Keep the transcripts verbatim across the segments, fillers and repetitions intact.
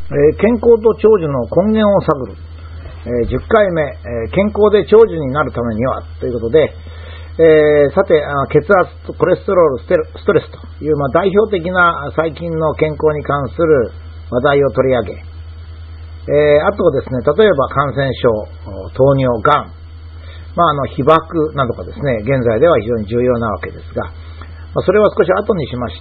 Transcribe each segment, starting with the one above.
えー、健康と長寿の根源を探る、えー、じゅっかいめ、えー、健康で長寿になるためにはということで、えー、さて血圧、コレステロール、ストレスという、まあ、代表的な最近の健康に関する話題を取り上げ、えー、あとですね、例えば感染症、糖尿、がん、まあ、あの被爆などがですね、現在では非常に重要なわけですが、まあ、それは少し後にしまして、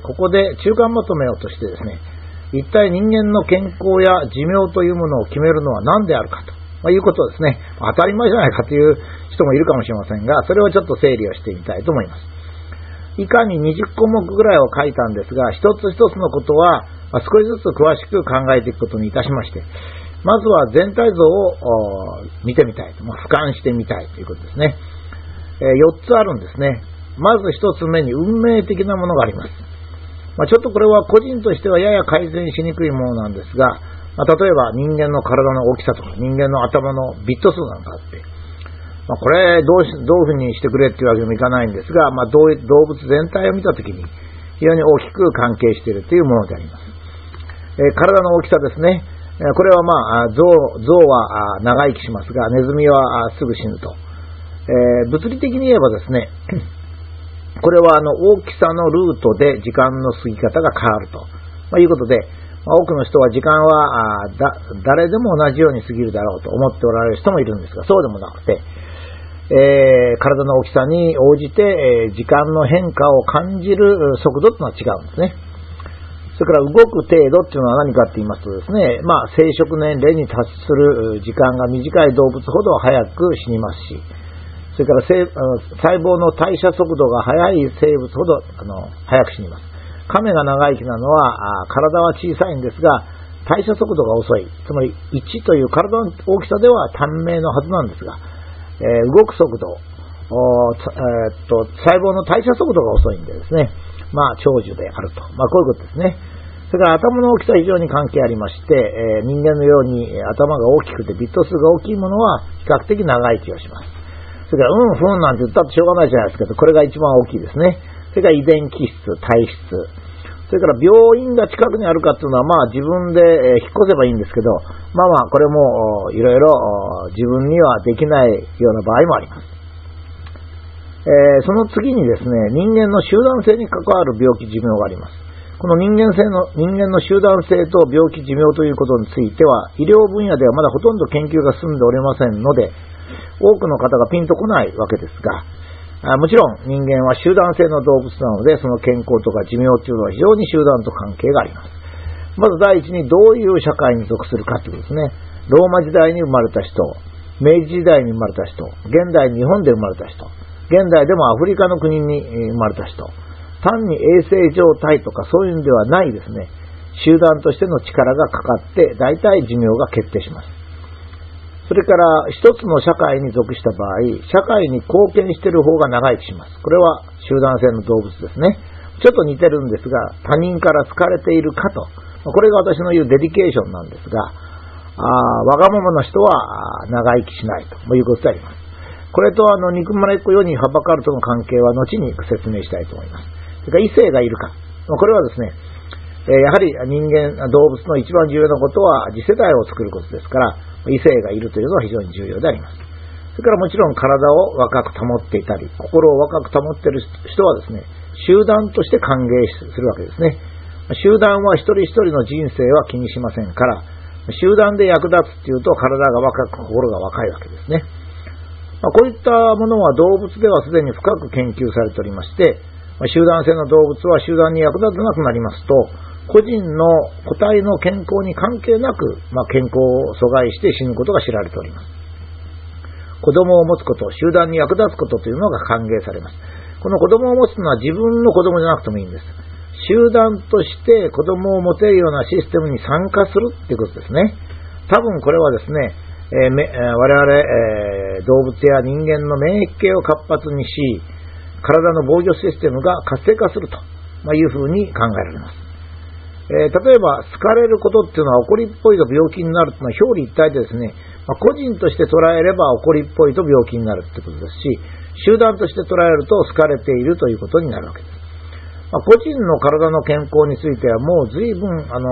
ここで中間まとめをとしてですね、一体人間の健康や寿命というものを決めるのは何であるかと、まあ、いうことをですね、当たり前じゃないかという人もいるかもしれませんが、それをちょっと整理をしてみたいと思います。以下ににじゅっこもくぐらいを書いたんですが、一つ一つのことは少しずつ詳しく考えていくことにいたしまして、まずは全体像を見てみたい、まあ、俯瞰してみたいということですね。えー、よっつあるんですね。まず一つ目に運命的なものがあります。まあ、ちょっとこれは個人としてはやや改善しにくいものなんですが、まあ、例えば人間の体の大きさとか人間の頭のビット数なんかあって、まあ、これどうし、どういうふうにしてくれっていうわけにもいかないんですが、まあ、動物全体を見たときに非常に大きく関係しているというものであります。えー、体の大きさですね。これはまあ、象、象は長生きしますが、ネズミはすぐ死ぬと。えー、物理的に言えばですね、これはあの大きさのルートで時間の過ぎ方が変わると、まあ、いうことで、まあ、多くの人は時間はあだ誰でも同じように過ぎるだろうと思っておられる人もいるんですが、そうでもなくて、えー、体の大きさに応じて、えー、時間の変化を感じる速度というのは違うんですね。それから動く程度っていうのは何かって言いますとですね、まあ、生殖年齢に達する時間が短い動物ほど早く死にますし、それから細胞の代謝速度が速い生物ほどあの早く死にます。亀が長生きなのは体は小さいんですが代謝速度が遅い、つまりいちという体の大きさでは短命のはずなんですが、えー、動く速度、えー、っと細胞の代謝速度が遅いんでですね、まあ長寿であると、まあ、こういうことですね。それから頭の大きさは非常に関係ありまして、えー、人間のように頭が大きくてビット数が大きいものは比較的長生きをします。それからうんふんなんて言ったってしょうがないじゃないですけど、これが一番大きいですね。それから遺伝気質、体質、それから病院が近くにあるかっていうのはまあ自分で引っ越せばいいんですけど、まあまあこれもいろいろ自分にはできないような場合もあります。えー、その次にですね、人間の集団性に関わる病気寿命があります。この人間性の人間の集団性と病気寿命ということについては医療分野ではまだほとんど研究が進んでおりませんので、多くの方がピンとこないわけですが、あもちろん人間は集団性の動物なので、その健康とか寿命というのは非常に集団と関係があります。まず第一にどういう社会に属するかということですね。ローマ時代に生まれた人、明治時代に生まれた人、現代日本で生まれた人、現代でもアフリカの国に生まれた人、単に衛生状態とかそういうんではないですね、集団としての力がかかって大体寿命が決定します。それから一つの社会に属した場合、社会に貢献している方が長生きします。これは集団性の動物ですね。ちょっと似てるんですが、他人から好かれているかと、これが私の言うデディケーションなんですが、あわがままな人は長生きしないということであります。これとあの憎まれっ子世にはばかるとの関係は後に説明したいと思います。それから異性がいるか、これはですね、やはり人間、動物の一番重要なことは次世代を作ることですから、異性がいるというのは非常に重要であります。それからもちろん体を若く保っていたり、心を若く保っている人はですね、集団として歓迎するわけですね。集団は一人一人の人生は気にしませんから、集団で役立つというと体が若く心が若いわけですね。まあ、こういったものは動物ではすでに深く研究されておりまして、集団性の動物は集団に役立たなくなりますと、個人の個体の健康に関係なく、まあ、健康を阻害して死ぬことが知られております。子供を持つこと、集団に役立つことというのが歓迎されます。この子供を持つのは自分の子供じゃなくてもいいんです。集団として子供を持てるようなシステムに参加するっていうことですね。多分これはですね、えー、め我々、えー、動物や人間の免疫系を活発にし、体の防御システムが活性化するというふうに考えられます。えー、例えば好かれることっていうのは怒りっぽいと病気になるというのは表裏一体でですね、まあ、個人として捉えれば怒りっぽいと病気になるということですし、集団として捉えると好かれているということになるわけです。まあ、個人の体の健康についてはもう随分あの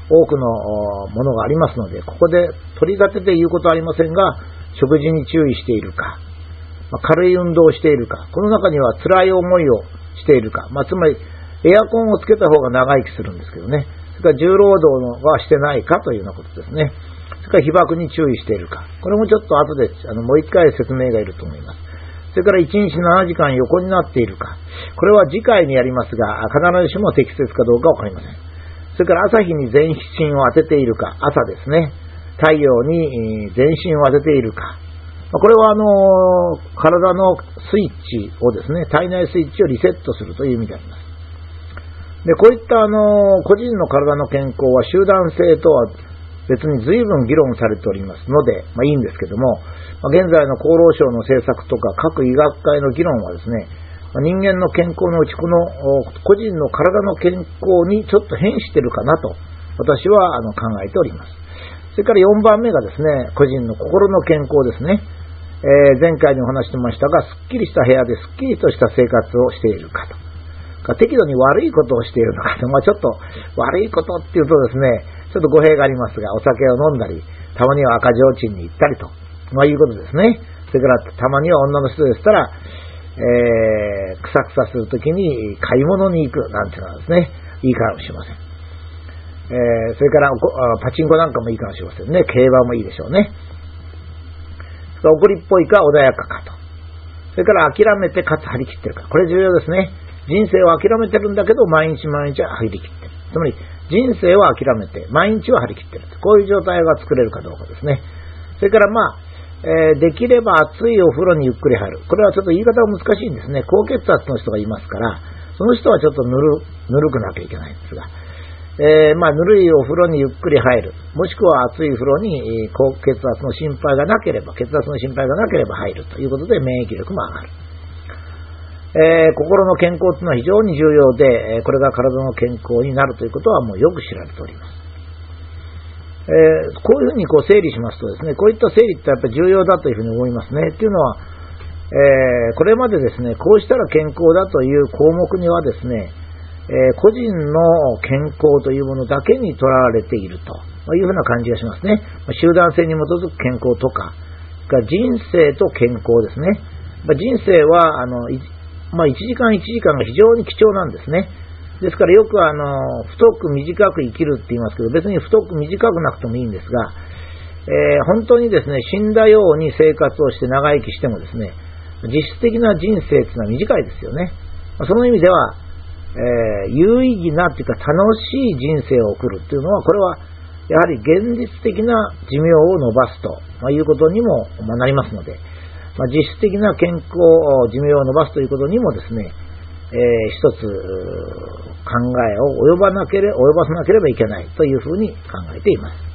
多くのものがありますので、ここで取り立てて言うことはありませんが、食事に注意しているか、まあ、軽い運動をしているか、この中には辛い思いをしているか、まあ、つまりエアコンをつけた方が長生きするんですけどね、それから重労働はしてないかというようなことですね。それから被爆に注意しているか、これもちょっと後であのもう一回説明がいると思います。それからいちにちななじかん横になっているか、これは次回にやりますが、必ずしも適切かどうかわかりません。それから朝日に全身を当てているか、朝ですね、太陽に全身を当てているか、これはあの体のスイッチをですね、体内スイッチをリセットするという意味であります。で、こういったあの個人の体の健康は集団性とは別に随分議論されておりますので、まあいいんですけども、まあ、現在の厚労省の政策とか各医学会の議論はですね、まあ、人間の健康のうちこの個人の体の健康にちょっと変してるかなと私はあの考えております。それからよんばんめがですね、個人の心の健康ですね。えー、前回にお話してましたが、すっきりした部屋ですっきりとした生活をしているかと。適度に悪いことをしているのかと。まあ、ちょっと悪いことっていうとですね、ちょっと語弊がありますが、お酒を飲んだり、たまには赤ちょうちんに行ったりと、まあいうことですね。それからたまには女の人でしたら、えー、くさくさするときに買い物に行くなんていうのはですね、いいかもしれません。えー、それからパチンコなんかもいいかもしれませんね。競馬もいいでしょうね。怒りっぽいか穏やかかと。それから諦めてかつ張り切ってるか。これ重要ですね。人生を諦めてるんだけど毎日毎日は張り切ってる。つまり人生は諦めて毎日は張り切ってる。こういう状態が作れるかどうかですね。それからまあ、えー、できれば熱いお風呂にゆっくり入る。これはちょっと言い方が難しいんですね。高血圧の人がいますから、その人はちょっとぬる、ぬるくなきゃいけないんですが、えー、まあ、ぬるいお風呂にゆっくり入る。もしくは熱い風呂に高血圧の心配がなければ、血圧の心配がなければ入るということで免疫力も上がる。えー、心の健康というのは非常に重要で、これが体の健康になるということはもうよく知られております。えー、こういうふうにこう整理しますとですね、こういった整理ってやっぱり重要だというふうに思いますね。っていうのは、えー、これまでですね、こうしたら健康だという項目にはですね、えー、個人の健康というものだけにとらわれているというふうな感じがしますね。集団性に基づく健康とか、人生と健康ですね。人生はあの、まあ、いちじかんいちじかんが非常に貴重なんですね。ですからよくあの太く短く生きるって言いますけど、別に太く短くなくてもいいんですが、えー、本当にですね、死んだように生活をして長生きしてもですね、実質的な人生っていうのは短いですよね。その意味では、えー、有意義なっていうか楽しい人生を送るっていうのは、これはやはり現実的な寿命を伸ばすと、まあ、いうことにもなりますので、まあ、実質的な健康寿命を伸ばすということにもですね、えー、一つ考えを及ばなければ及ばさなければいけないというふうに考えています。